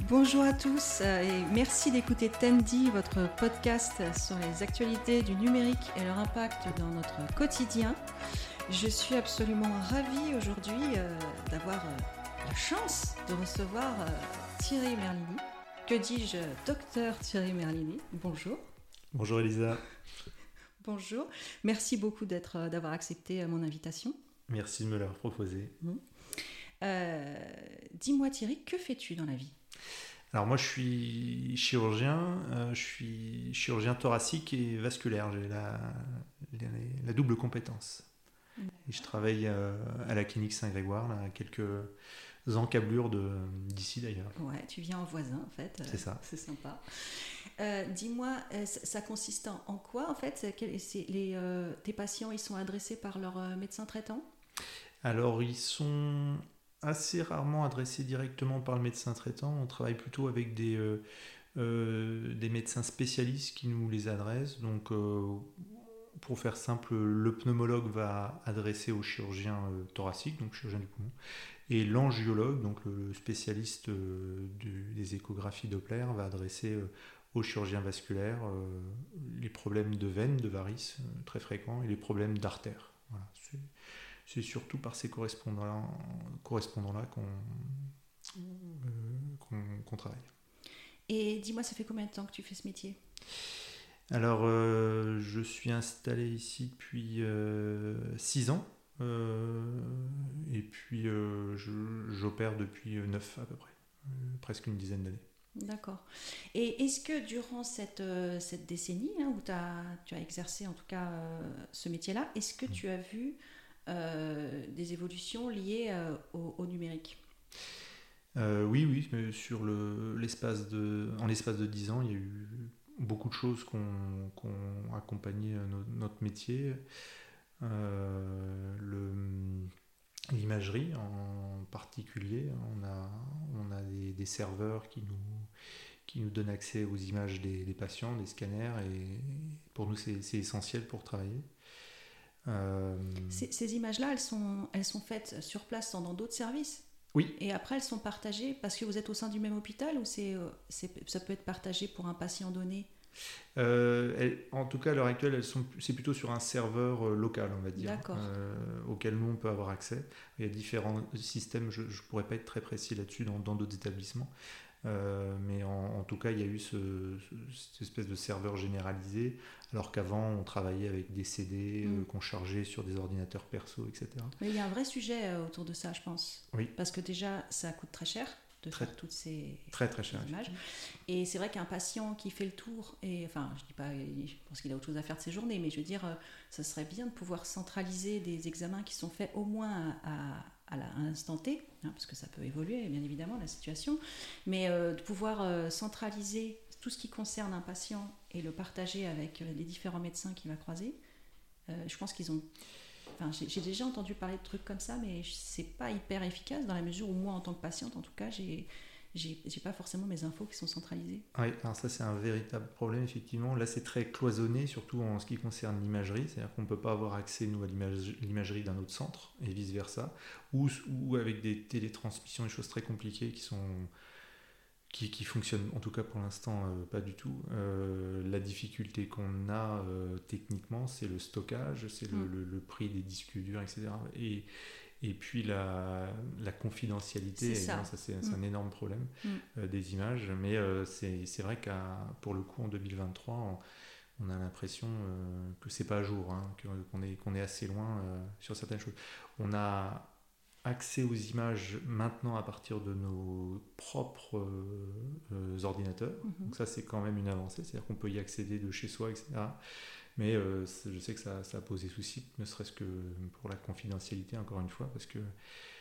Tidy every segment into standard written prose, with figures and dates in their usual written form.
Bonjour à tous et merci d'écouter Tendi, votre podcast sur les actualités du numérique et leur impact dans notre quotidien. Je suis absolument ravie aujourd'hui d'avoir la chance de recevoir Thierry Merlini. Que dis-je, docteur Thierry Merlini. Bonjour. Bonjour Elisa. Bonjour. Merci beaucoup d'avoir accepté mon invitation. Merci de me l'avoir proposé. Dis-moi Thierry, que fais-tu dans la vie ? Alors moi je suis chirurgien, thoracique et vasculaire, j'ai la double compétence. Et je travaille à la clinique Saint-Grégoire, là, à quelques encablures d'ici d'ailleurs. Ouais, tu viens en voisin en fait. C'est ça. C'est sympa. Dis-moi, ça consiste en quoi en fait ? Tes patients, ils sont adressés par leur médecin traitant ? Alors ils sont assez rarement adressés directement par le médecin traitant. On travaille plutôt avec des médecins spécialistes qui nous les adressent. Donc pour faire simple, le pneumologue va adresser au chirurgien thoracique, donc chirurgien du poumon, et l'angiologue, donc le spécialiste des échographies Doppler, va adresser au chirurgien vasculaire les problèmes de veines, de varices très fréquents, et les problèmes d'artères. Voilà, c'est surtout par ces correspondants-là qu'on travaille. Et dis-moi, ça fait combien de temps que tu fais ce métier ? Alors, je suis installé ici depuis 6 ans. Et puis, j'opère depuis 9 à peu près. Presque une dizaine d'années. D'accord. Et est-ce que durant cette décennie où tu as exercé en tout cas ce métier-là, est-ce que tu as vu des évolutions liées au numérique ? Oui, mais en l'espace de 10 ans, il y a eu beaucoup de choses qui ont accompagné notre métier. L'imagerie en particulier, on a des serveurs qui nous donnent accès aux images des patients, des scanners, et pour nous c'est essentiel pour travailler. Ces images-là, elles sont faites sur place dans d'autres services ? Oui. Et après, elles sont partagées parce que vous êtes au sein du même hôpital, ou ça peut être partagé pour un patient donné ? En tout cas, à l'heure actuelle, c'est plutôt sur un serveur local, on va dire, auquel nous on peut avoir accès. Il y a différents systèmes, je ne pourrais pas être très précis là-dessus dans d'autres établissements. Mais en tout cas, il y a eu cette espèce de serveur généralisé, alors qu'avant, on travaillait avec des CD qu'on chargeait sur des ordinateurs perso, etc. Mais il y a un vrai sujet autour de ça, je pense. Oui. Parce que déjà, ça coûte très cher de faire toutes ces très cher, images. Et c'est vrai qu'un patient qui fait le tour, et enfin, je dis pas, je pense qu'il a autre chose à faire de ses journées, mais je veux dire, ça serait bien de pouvoir centraliser des examens qui sont faits au moins à l'instant T, parce que ça peut évoluer, bien évidemment, la situation, mais de pouvoir centraliser tout ce qui concerne un patient et le partager avec les différents médecins qu'il va croiser. Je pense qu'ils ont... Enfin, j'ai déjà entendu parler de trucs comme ça, mais c'est pas hyper efficace dans la mesure où moi, en tant que patiente, en tout cas, j'ai pas forcément mes infos qui sont centralisées. Oui, alors ça c'est un véritable problème effectivement. Là c'est très cloisonné, surtout en ce qui concerne l'imagerie, c'est-à-dire qu'on ne peut pas avoir accès nous à l'imagerie d'un autre centre et vice versa, ou avec des télétransmissions, des choses très compliquées qui fonctionnent en tout cas pour l'instant pas du tout. La difficulté qu'on a techniquement, c'est le stockage, c'est le prix des disques durs, etc. Et puis la confidentialité, c'est un énorme problème des images. Mais c'est vrai pour le coup en 2023, on a l'impression que c'est pas à jour, qu'on est assez loin sur certaines choses. On a accès aux images maintenant à partir de nos propres ordinateurs. Donc ça c'est quand même une avancée, c'est-à-dire qu'on peut y accéder de chez soi, etc. Mais je sais que ça a posé souci, ne serait-ce que pour la confidentialité, encore une fois, parce que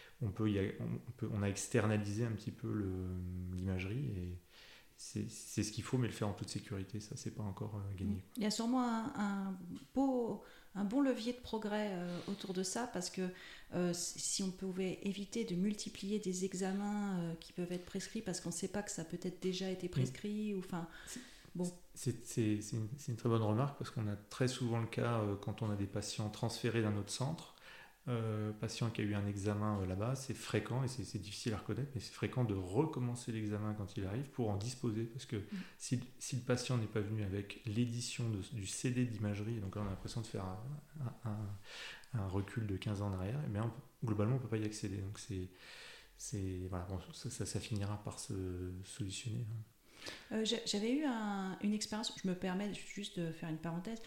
on a externalisé un petit peu l'imagerie, et c'est ce qu'il faut, mais le faire en toute sécurité, ça c'est pas encore gagné. Il y a sûrement un bon levier de progrès autour de ça, parce que si on pouvait éviter de multiplier des examens qui peuvent être prescrits parce qu'on ne sait pas que ça a peut-être déjà été prescrit, ou enfin... Bon. C'est une très bonne remarque, parce qu'on a très souvent le cas quand on a des patients transférés d'un autre centre, patient qui a eu un examen là-bas, c'est fréquent, et c'est difficile à reconnaître, mais c'est fréquent de recommencer l'examen quand il arrive pour en disposer, parce que si le patient n'est pas venu avec l'édition du CD d'imagerie, donc là on a l'impression de faire un recul de 15 ans en arrière, et bien globalement on ne peut pas y accéder. Donc voilà, bon, ça finira par se solutionner. J'avais eu une expérience, je me permets juste de faire une parenthèse.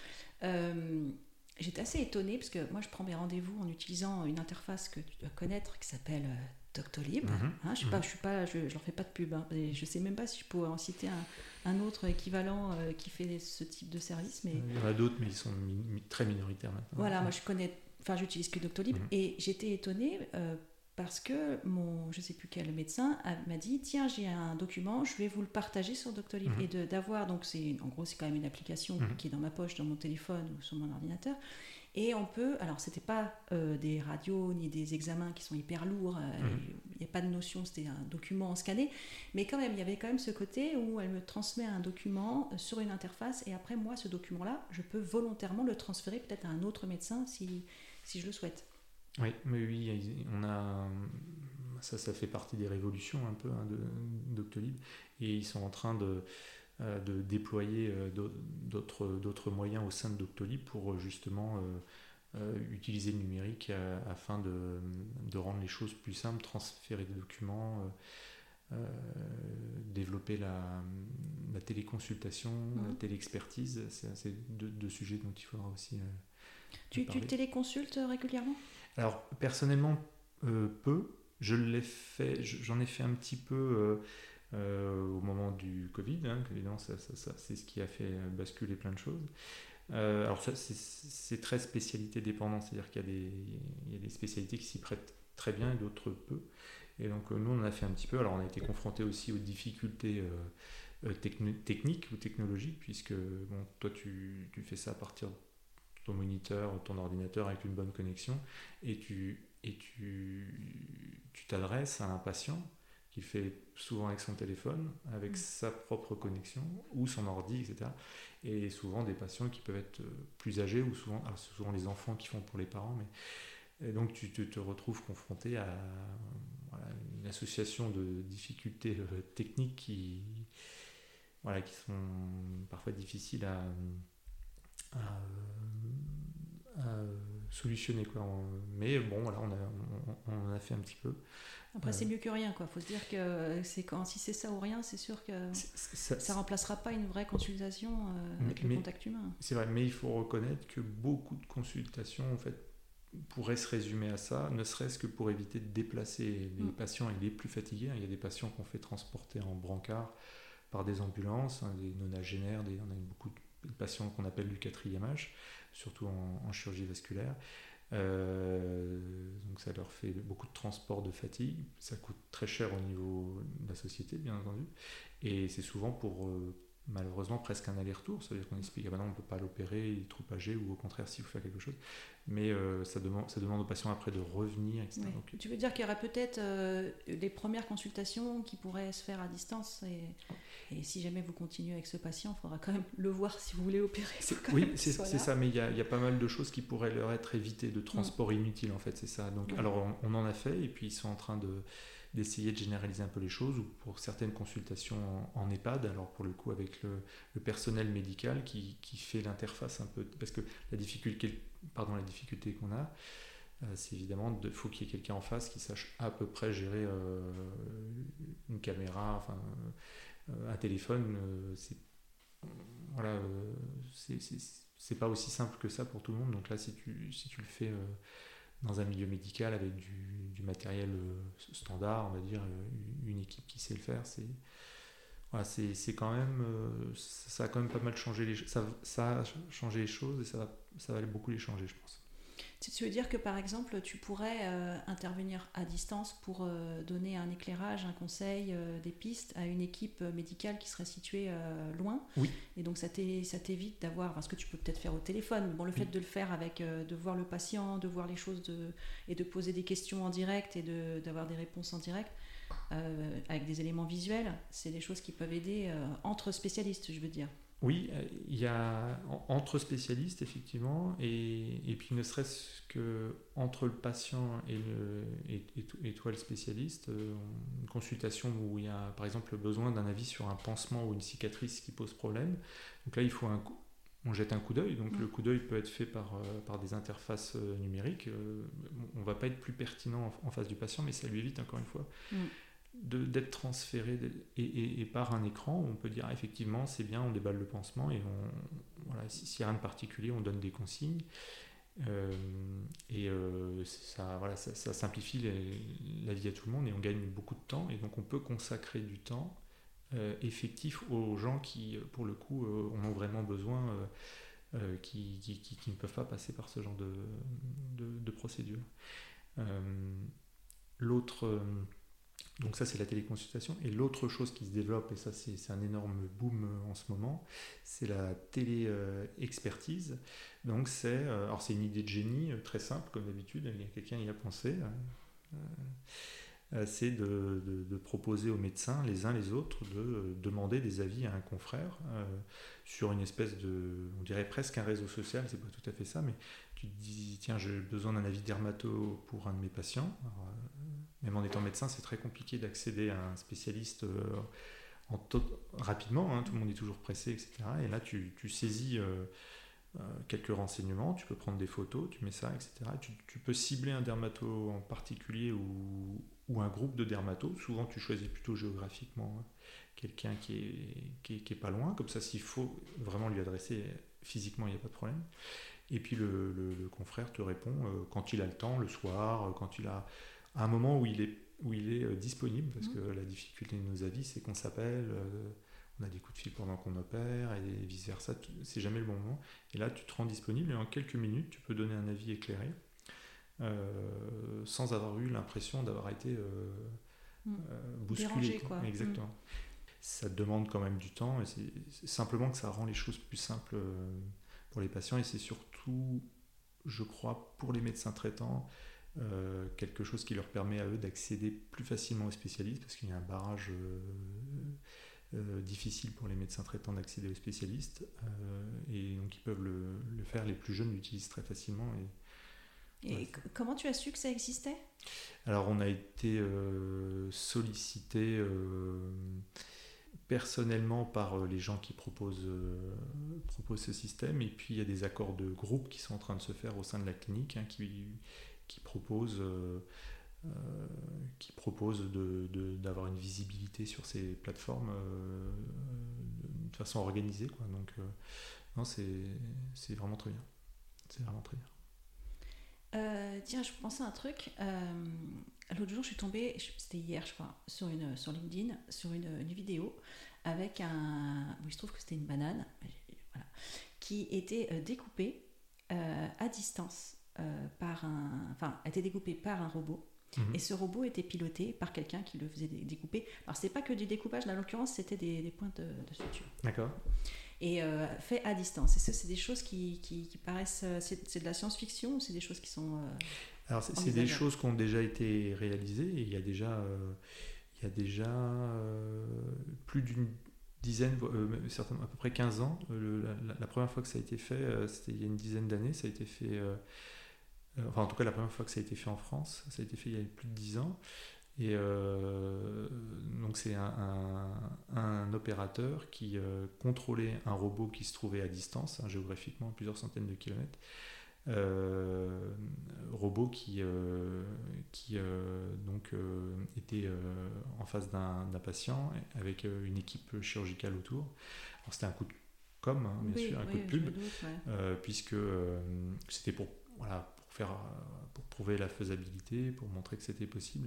J'étais assez étonnée parce que moi je prends mes rendez-vous en utilisant une interface que tu dois connaître qui s'appelle Doctolib. Je leur fais pas de pub. Et je sais même pas si je pourrais en citer un autre équivalent qui fait ce type de service. Mais... Il y en a d'autres, mais ils sont très minoritaires maintenant. Voilà, moi j'utilise que Doctolib et j'étais étonnée parce que je sais plus quel médecin m'a dit tiens, j'ai un document, je vais vous le partager sur Doctolib. Et d'avoir, donc en gros c'est quand même une application qui est dans ma poche, dans mon téléphone ou sur mon ordinateur, et on peut, alors c'était pas des radios ni des examens qui sont hyper lourds, il n'y a pas de notion, c'était un document scanné, mais quand même il y avait quand même ce côté où elle me transmet un document sur une interface, et après moi ce document là je peux volontairement le transférer peut-être à un autre médecin si je le souhaite. Oui, mais oui, ça fait partie des révolutions un peu de Doctolib, et ils sont en train de déployer d'autres moyens au sein de Doctolib pour justement utiliser le numérique afin de rendre les choses plus simples, transférer des documents, développer la téléconsultation, la téléexpertise. C'est deux sujets dont il faudra aussi Tu téléconsultes régulièrement ? Alors personnellement, peu. J'en ai fait un petit peu au moment du Covid, évidemment ça, c'est ce qui a fait basculer plein de choses. Alors ça, c'est très spécialité dépendant, c'est-à-dire qu'il y a des spécialités qui s'y prêtent très bien et d'autres peu. Et donc nous on en a fait un petit peu. Alors on a été confrontés aussi aux difficultés techniques ou technologiques, puisque toi tu fais ça à partir de ton moniteur, ton ordinateur avec une bonne connexion, et tu t'adresses à un patient qui fait souvent avec son téléphone, avec sa propre connexion ou son ordi, etc. Et souvent des patients qui peuvent être plus âgés, ou c'est souvent les enfants qui font pour les parents, et donc tu te retrouves confronté à une association de difficultés techniques qui sont parfois difficiles à solutionner, quoi. Mais bon, voilà, on en a fait un petit peu. Après c'est mieux que rien, quoi. Faut se dire que si c'est ça ou rien, c'est sûr que ça remplacera pas une vraie consultation avec le contact humain. C'est vrai, mais il faut reconnaître que beaucoup de consultations en fait pourraient se résumer à ça, ne serait-ce que pour éviter de déplacer les patients les plus fatigués. Il y a des patients qu'on fait transporter en brancard par des ambulances, des nonagénaires, on a beaucoup de patients qu'on appelle du 4e âge, surtout en chirurgie vasculaire. Donc ça leur fait beaucoup de transport de fatigue, ça coûte très cher au niveau de la société, bien entendu, et c'est souvent pour malheureusement presque un aller-retour. Ça veut dire qu'on explique on ne peut pas l'opérer, il est trop âgé, ou au contraire s'il faut faire quelque chose, mais ça demande aux patients après de revenir, etc. Oui. Donc, tu veux dire qu'il y aurait peut-être les premières consultations qui pourraient se faire à distance, et si jamais vous continuez avec ce patient, il faudra quand même le voir si vous voulez opérer. Oui, c'est ça, mais il y a pas mal de choses qui pourraient leur être évitées, de transport inutile en fait, c'est ça. Donc, alors on en a fait, et puis ils sont en train d'essayer de généraliser un peu les choses, ou pour certaines consultations en EHPAD, alors pour le coup avec le personnel médical qui fait l'interface un peu, parce que la difficulté qu'on a, c'est évidemment qu'il faut qu'il y ait quelqu'un en face qui sache à peu près gérer une caméra, un téléphone, c'est pas aussi simple que ça pour tout le monde. Donc là, si tu le fais dans un milieu médical avec du matériel standard, on va dire, une équipe qui sait le faire, c'est quand même, ça a quand même pas mal changé ça a changé les choses, et ça va beaucoup les changer, je pense. Tu veux dire que par exemple tu pourrais intervenir à distance pour donner un éclairage, un conseil, des pistes à une équipe médicale qui serait située loin. Oui. Et donc ça t'évite d'avoir, ce que tu peux peut-être faire au téléphone, bon, le fait de le faire avec, de voir le patient, de voir les choses et de poser des questions en direct et d'avoir des réponses en direct avec des éléments visuels, c'est des choses qui peuvent aider entre spécialistes, je veux dire. Oui, il y a entre spécialistes effectivement, et puis ne serait-ce que entre le patient et toi le spécialiste, une consultation où il y a par exemple besoin d'un avis sur un pansement ou une cicatrice qui pose problème. Donc là, on jette un coup d'œil. Donc le coup d'œil peut être fait par des interfaces numériques. On ne va pas être plus pertinent en face du patient, mais ça lui évite encore une fois d'être transféré et par un écran, on peut dire effectivement c'est bien, on déballe le pansement et voilà, s'il n'y a rien de particulier, on donne des consignes. Ça simplifie la vie à tout le monde et on gagne beaucoup de temps, et donc on peut consacrer du temps effectif aux gens qui, pour le coup, en ont vraiment besoin, qui ne peuvent pas passer par ce genre de procédure. L'autre... Donc ça, c'est la téléconsultation. Et l'autre chose qui se développe, et ça c'est un énorme boom en ce moment, c'est la télé-expertise. Donc c'est une idée de génie très simple, comme d'habitude, quelqu'un y a pensé. C'est de proposer aux médecins, les uns les autres, de demander des avis à un confrère sur une espèce de, on dirait presque un réseau social, c'est pas tout à fait ça, mais tu te dis, tiens, j'ai besoin d'un avis dermato pour un de mes patients. Alors, même en étant médecin, c'est très compliqué d'accéder à un spécialiste rapidement, hein, tout le monde est toujours pressé, etc. Et là, tu saisis quelques renseignements, tu peux prendre des photos, tu mets ça, etc. Tu peux cibler un dermato en particulier ou un groupe de dermatos. Souvent, tu choisis plutôt géographiquement quelqu'un qui est pas loin. Comme ça, s'il faut vraiment lui adresser physiquement, il n'y a pas de problème. Et puis, le confrère te répond quand il a le temps, le soir, quand il a... à un moment où il est disponible, parce que la difficulté de nos avis, c'est qu'on s'appelle, on a des coups de fil pendant qu'on opère, et vice-versa, c'est jamais le bon moment. Et là, tu te rends disponible, et en quelques minutes, tu peux donner un avis éclairé, sans avoir eu l'impression d'avoir été bousculé. Dérangé, quoi. Exactement. Ça te demande quand même du temps, et c'est simplement que ça rend les choses plus simples pour les patients, et c'est surtout, je crois, pour les médecins traitants, quelque chose qui leur permet à eux d'accéder plus facilement aux spécialistes, parce qu'il y a un barrage difficile pour les médecins traitants d'accéder aux spécialistes, et donc ils peuvent le faire. Les plus jeunes l'utilisent très facilement. Et comment tu as su que ça existait ? Alors on a été sollicité personnellement par les gens qui proposent ce système, et puis il y a des accords de groupe qui sont en train de se faire au sein de la clinique, hein, qui propose d'avoir une visibilité sur ces plateformes de façon organisée, quoi. Donc non, c'est vraiment très bien. C'est vraiment très bien. Tiens, je pensais à un truc. L'autre jour, je suis tombée, c'était hier, je crois, sur LinkedIn, sur une vidéo avec où il se trouve que c'était une banane, voilà, qui était découpée à distance. A été découpé par un robot, et ce robot était piloté par quelqu'un qui le faisait découper. Alors c'était pas que du découpage, là, en l'occurrence c'était des points de suture. D'accord. Et fait à distance. Et ça, c'est des choses qui paraissent, c'est de la science-fiction, ou c'est des choses qui sont alors c'est des choses qui ont déjà été réalisées, et il y a déjà plus d'une dizaine, certainement à peu près 15 ans. La première fois que ça a été fait, c'était il y a une dizaine d'années. Ça a été fait, en tout cas la première fois que ça a été fait en France, ça a été fait il y a plus de 10 ans. Et donc c'est un opérateur qui contrôlait un robot qui se trouvait à distance, hein, géographiquement à plusieurs centaines de kilomètres. Robot qui était en face d'un patient avec une équipe chirurgicale autour. Alors c'était un coup de com, hein, bien sûr, un coup de pub, puisque c'était pour prouver la faisabilité, pour montrer que c'était possible.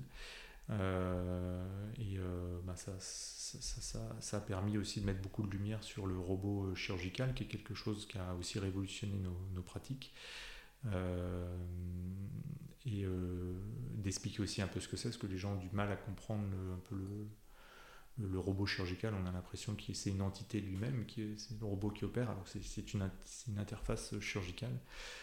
Ça a permis aussi de mettre beaucoup de lumière sur le robot chirurgical, qui est quelque chose qui a aussi révolutionné nos pratiques, d'expliquer aussi un peu ce que c'est, parce que les gens ont du mal à comprendre un peu le robot chirurgical. On a l'impression que c'est une entité lui-même, c'est le robot qui opère, alors c'est une interface chirurgicale.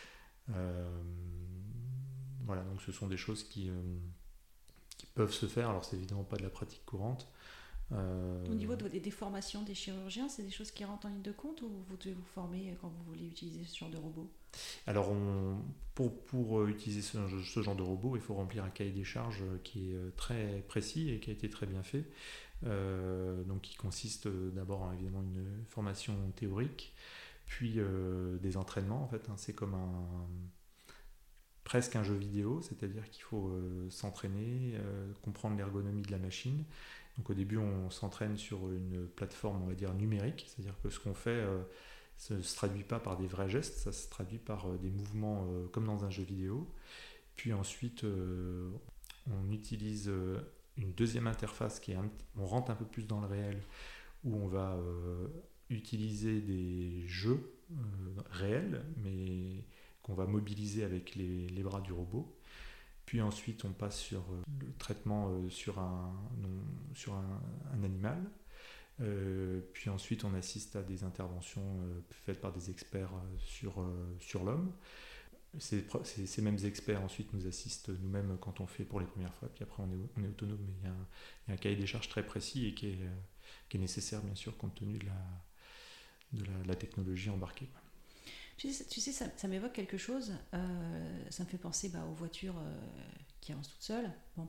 Voilà, donc ce sont des choses qui peuvent se faire. Alors c'est évidemment pas de la pratique courante. On niveau des formations des chirurgiens, c'est des choses qui rentrent en ligne de compte ou vous devez vous former quand vous voulez utiliser ce genre de robot? Alors, pour utiliser ce genre de robot, il faut remplir un cahier des charges qui est très précis et qui a été très bien fait. Donc, qui consiste d'abord évidemment une formation théorique, puis des entraînements en fait. C'est comme presque un jeu vidéo, c'est-à-dire qu'il faut s'entraîner, comprendre l'ergonomie de la machine. Donc au début on s'entraîne sur une plateforme on va dire numérique, c'est-à-dire que ce qu'on fait ne se traduit pas par des vrais gestes, ça se traduit par des mouvements comme dans un jeu vidéo. Puis ensuite on utilise une deuxième interface on rentre un peu plus dans le réel, où on va utiliser des jeux réels, mais qu'on va mobiliser avec les bras du robot. Puis ensuite, on passe sur le traitement sur un animal. Puis ensuite, on assiste à des interventions faites par des experts sur l'homme. Ces mêmes experts ensuite nous assistent nous-mêmes quand on fait pour les premières fois. Puis après, on est autonome. Mais il y a un cahier des charges très précis et qui est nécessaire, bien sûr, compte tenu de la technologie embarquée. Tu sais ça m'évoque quelque chose. Ça me fait penser aux voitures qui avancent toutes seules. Bon.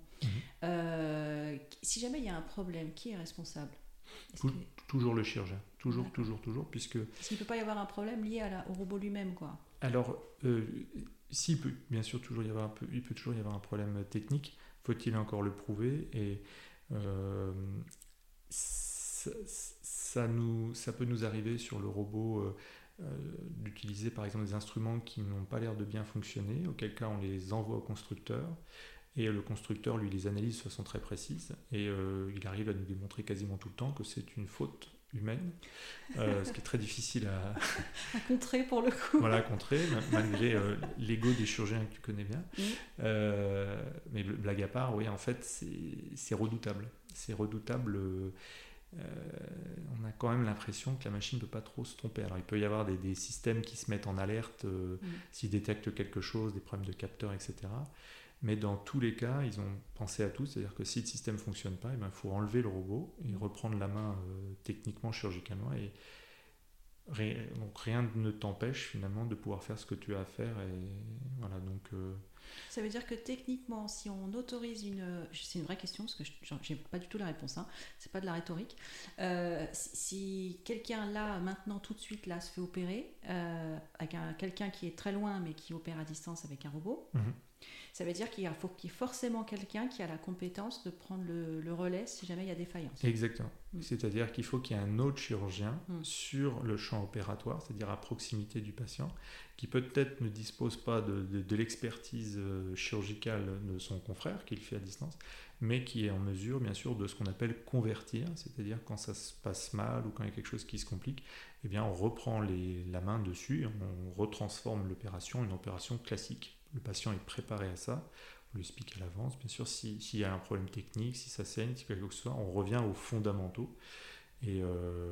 Si jamais il y a un problème, qui est responsable? Toujours le chirurgien. Toujours, puisque... Est-ce qu'il ne peut pas y avoir un problème lié au robot lui-même, quoi? Alors, s'il peut bien sûr toujours y avoir il peut toujours y avoir un problème technique, faut-il encore le prouver? Et ça peut nous arriver sur le robot d'utiliser par exemple des instruments qui n'ont pas l'air de bien fonctionner, auquel cas on les envoie au constructeur et le constructeur lui les analyse de façon très précise et il arrive à nous démontrer quasiment tout le temps que c'est une faute humaine, ce qui est très difficile à contrer pour le coup. Voilà, à contrer, malgré l'ego des chirurgiens que tu connais bien. Mais blague à part, oui, en fait, c'est redoutable. C'est redoutable. On a quand même l'impression que la machine ne peut pas trop se tromper. Alors il peut y avoir des systèmes qui se mettent en alerte s'ils détectent quelque chose, des problèmes de capteurs, etc. Mais dans tous les cas, ils ont pensé à tout, c'est-à-dire que si le système ne fonctionne pas, il faut enlever le robot et reprendre la main techniquement, chirurgicalement. Et donc rien ne t'empêche finalement de pouvoir faire ce que tu as à faire. Et voilà, donc... Ça veut dire que techniquement, si on autorise c'est une vraie question parce que j'ai pas du tout la réponse, hein, c'est pas de la rhétorique. Si quelqu'un là, maintenant, tout de suite, là, se fait opérer, avec quelqu'un qui est très loin mais qui opère à distance avec un robot, ça veut dire faut qu'il y ait forcément quelqu'un qui a la compétence de prendre le relais si jamais il y a défaillance. Exactement. C'est-à-dire qu'il faut qu'il y ait un autre chirurgien sur le champ opératoire, c'est-à-dire à proximité du patient, qui peut-être ne dispose pas de l'expertise chirurgicale de son confrère, qui le fait à distance, mais qui est en mesure, bien sûr, de ce qu'on appelle convertir, c'est-à-dire quand ça se passe mal ou quand il y a quelque chose qui se complique, eh bien, on reprend la main dessus, on retransforme l'opération en une opération classique. Le patient est préparé à ça, on lui explique à l'avance, bien sûr, s'il y a un problème technique, si ça saigne, si quelque chose que ce soit, on revient aux fondamentaux. Et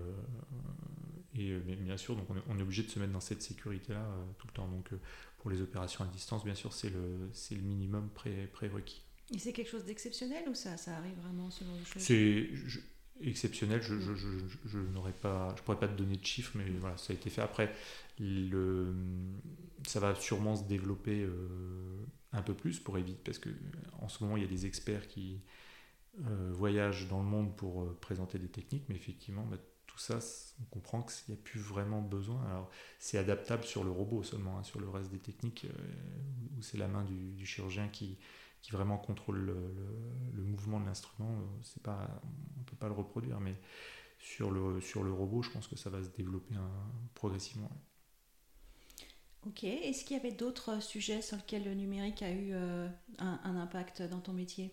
bien sûr, donc on est obligé de se mettre dans cette sécurité-là tout le temps. Donc pour les opérations à distance, bien sûr, c'est le minimum prérequis. Et c'est quelque chose d'exceptionnel ou ça arrive vraiment ce genre de choses? C'est exceptionnel, je pourrais pas te donner de chiffres, mais voilà, ça a été fait. Après, ça va sûrement se développer un peu plus pour éviter, parce qu'en ce moment, il y a des experts qui voyagent dans le monde pour présenter des techniques, mais effectivement, tout ça, on comprend qu'il n'y a plus vraiment besoin. Alors, c'est adaptable sur le robot seulement, hein, sur le reste des techniques, où c'est la main du chirurgien qui vraiment contrôle le mouvement de l'instrument. On ne peut pas le reproduire, mais sur le robot, je pense que ça va se développer progressivement. Ouais. Ok, est-ce qu'il y avait d'autres sujets sur lesquels le numérique a eu un impact dans ton métier?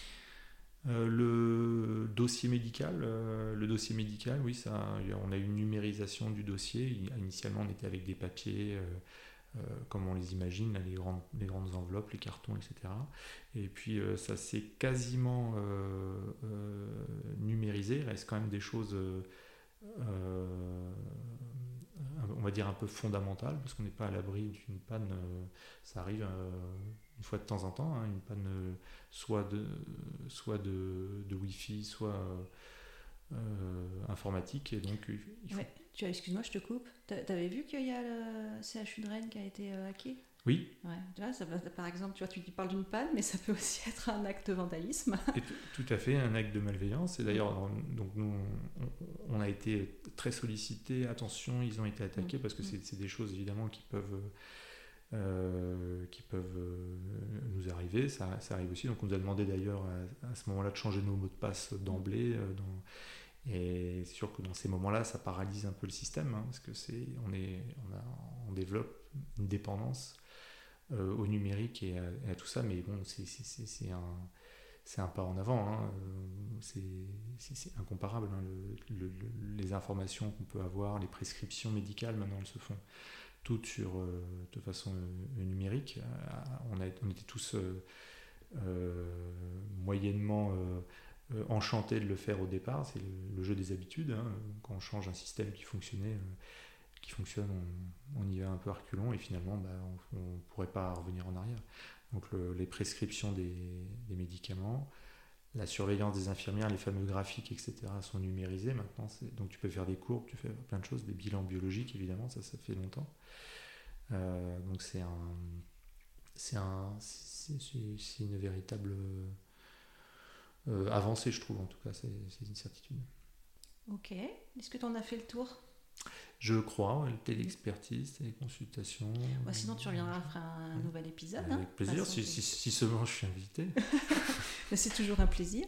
Le dossier médical, oui, on a eu une numérisation du dossier. Initialement, on était avec des papiers, comme on les imagine, là, les grandes enveloppes, les cartons, etc. Et puis ça s'est quasiment numérisé. Il reste quand même des choses, on va dire, un peu fondamentales, parce qu'on n'est pas à l'abri d'une panne. Ça arrive une fois de temps en temps, hein, une panne soit de Wi-Fi, soit informatique, et donc il faut... Ouais. Excuse-moi, je te coupe. T'avais vu qu'il y a le CHU de Rennes qui a été hacké ? Oui. Ouais. Tu vois, par exemple, tu parles d'une panne, mais ça peut aussi être un acte de vandalisme. Et tout à fait, un acte de malveillance. Et d'ailleurs, donc nous, on a été très sollicités. Attention, ils ont été attaqués, parce que c'est des choses évidemment qui peuvent nous arriver. Ça arrive aussi. Donc on nous a demandé d'ailleurs à ce moment-là de changer nos mots de passe d'emblée. Et c'est sûr que dans ces moments-là, ça paralyse un peu le système, parce que on développe une dépendance au numérique et à tout ça. Mais bon, c'est un pas en avant. C'est incomparable. Les informations qu'on peut avoir, les prescriptions médicales, maintenant, elles se font toutes de façon numérique. On était tous moyennement enchantés de le faire au départ. C'est le jeu des habitudes. Quand on change un système qui fonctionne, on y va un peu à reculons, et finalement on ne pourrait pas revenir en arrière. Donc les prescriptions des médicaments, la surveillance des infirmières, les fameux graphiques, etc. sont numérisés maintenant. Donc tu peux faire des courbes, tu fais plein de choses, des bilans biologiques évidemment, ça fait longtemps. Donc c'est une véritable avancée, je trouve, en tout cas, c'est une certitude. Ok, est-ce que tu en as fait le tour ? Je crois, téléexpertise, téléconsultation. Sinon tu reviendras faire un nouvel épisode. Avec plaisir, si seulement je suis invité. Mais c'est toujours un plaisir.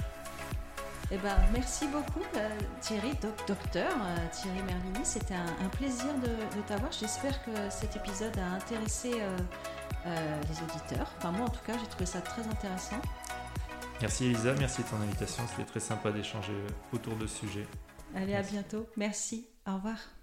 Merci beaucoup Thierry, docteur Thierry Merlini. C'était un plaisir de t'avoir. J'espère que cet épisode a intéressé les auditeurs. Enfin, moi en tout cas, j'ai trouvé ça très intéressant. Merci Elisa, merci de ton invitation. C'était très sympa d'échanger autour de ce sujet. Allez, à bientôt. Merci. Au revoir.